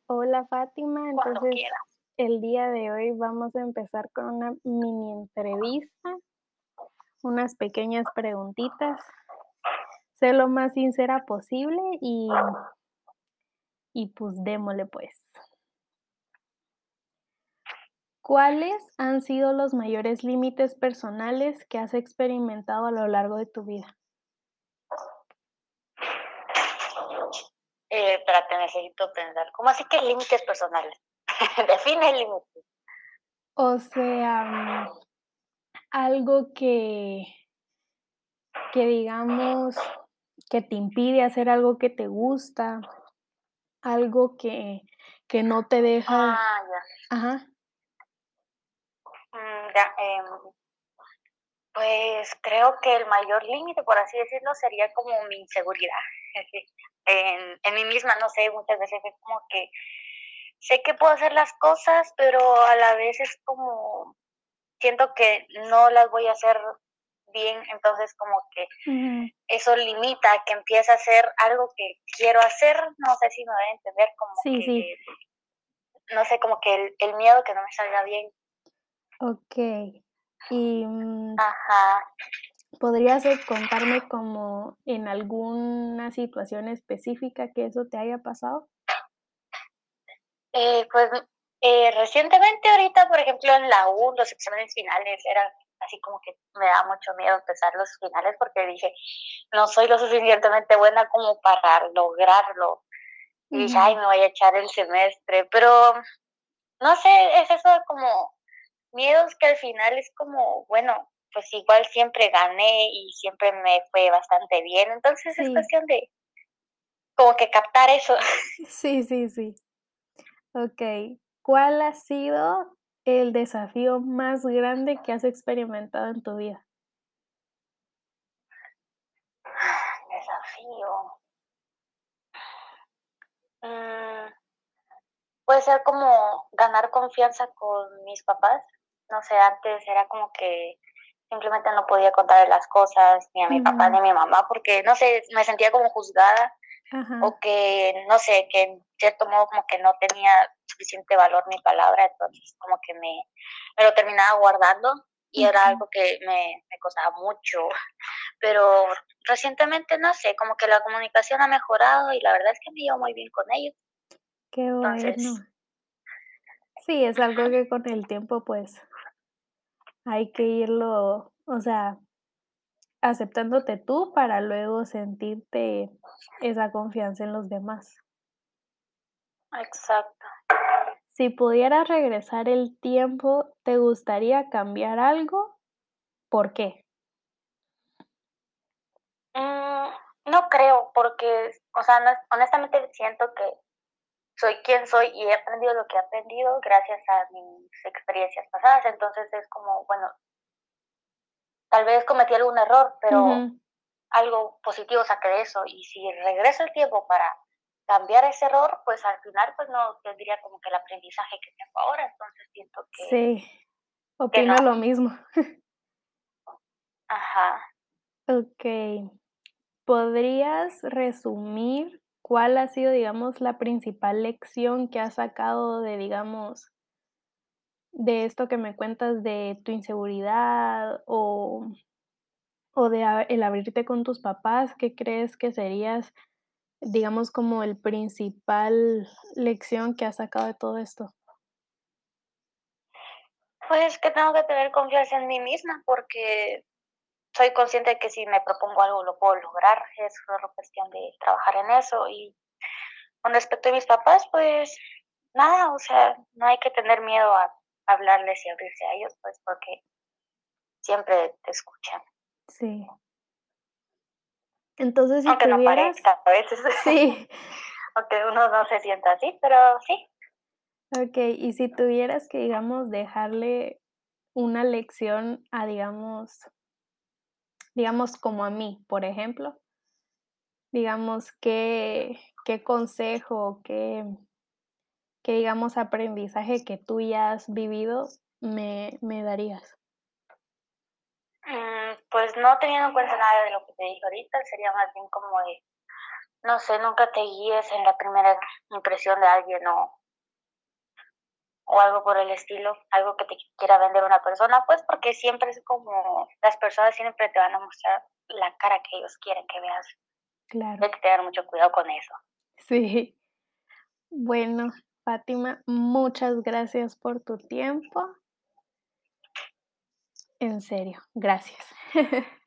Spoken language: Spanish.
Hola Fátima, Cuando entonces quiera. el día de hoy vamos a empezar con una mini entrevista, unas pequeñas preguntitas. Sé lo más sincera posible y pues démosle pues. ¿Cuáles han sido los mayores límites personales que has experimentado a lo largo de tu vida? Espérate, necesito pensar. ¿Cómo así que límites personales? Define el límite. O sea, algo que digamos que te impide hacer algo que te gusta, algo que no te deja. Ah, ya. Ajá, Ya, pues creo que el mayor límite, por así decirlo, sería como mi inseguridad en mí misma. No sé, muchas veces es como que sé que puedo hacer las cosas, pero a la vez es como siento que no las voy a hacer bien, entonces como que ujú. eso limita que empiece a hacer algo que quiero hacer. No sé si me voy a entender, como Sí, que sí, no sé, como que el miedo que no me salga bien. okey. Y, Ajá. ¿podrías, contarme como en alguna situación específica que eso te haya pasado? Pues, recientemente ahorita, por ejemplo, en la U, los exámenes finales, era así como que me daba mucho miedo empezar los finales porque dije: "No soy lo suficientemente buena como para lograrlo". Y dije: "Ay, Ujú. me voy a echar el semestre", pero no sé, es eso de como miedos que al final es como, bueno, pues igual siempre gané y siempre me fue bastante bien, entonces es Sí, cuestión de como que captar eso. sí, sí, sí. Okey. ¿Cuál ha sido el desafío más grande que has experimentado en tu vida? Desafío. Mm, puede ser como ganar confianza con mis papás. No sé, antes era como que simplemente no podía contarle las cosas ni a mi papá ni Ujú. a mi mamá porque, no sé, me sentía como juzgada o Ajá. que, no sé, que en cierto modo como que no tenía suficiente valor mi palabra, entonces como que me lo terminaba guardando y era Ujú. algo que me costaba mucho, pero recientemente, no sé, como que la comunicación ha mejorado y la verdad es que me llevo muy bien con ellos. Qué Entonces, bueno. Sí, es algo ujú, que con el tiempo, pues, hay que irlo, o sea, aceptándote tú para luego sentirte esa confianza en los demás. exacto. Si pudieras regresar el tiempo, ¿te gustaría cambiar algo? ¿Por qué? Mm, no creo, porque, o sea, honestamente siento que soy quien soy y he aprendido lo que he aprendido gracias a mis experiencias pasadas. Entonces es como, bueno, tal vez cometí algún error, pero Ujú. algo positivo saqué de eso. Y si regreso el tiempo para cambiar ese error, pues al final pues no tendría como que el aprendizaje que tengo ahora. Entonces siento Sí, que opino no. lo mismo. Ajá. Okey. ¿Podrías resumir cuál ha sido, digamos, la principal lección que has sacado de, digamos, de esto que me cuentas de tu inseguridad o de el abrirte con tus papás? ¿Qué crees que serías, digamos, como el principal lección que has sacado de todo esto? Pues que tengo que tener confianza en mí misma porque soy consciente de que si me propongo algo lo puedo lograr, es solo cuestión de trabajar en eso. Y con respecto a mis papás, pues nada, o sea, no hay que tener miedo a hablarles y abrirse a ellos, pues porque siempre te escuchan, Sí. Entonces, si aunque no tuvieras parezca a veces, sí, aunque uno no se sienta así, pero sí. okey, y si tuvieras que, digamos, dejarle una lección a, digamos, como a mí, por ejemplo, digamos, ¿qué consejo, qué, digamos, aprendizaje que tú ya has vivido me darías? Pues no teniendo en cuenta nada de lo que te dije ahorita, sería más bien como de no sé, nunca te guíes en la primera impresión de alguien o algo por el estilo, algo que te quiera vender una persona, pues porque siempre es como las personas siempre te van a mostrar la cara que ellos quieren que veas. Claro, Hay que tener mucho cuidado con eso. sí. Bueno, Fátima, muchas gracias por tu tiempo. En serio, gracias.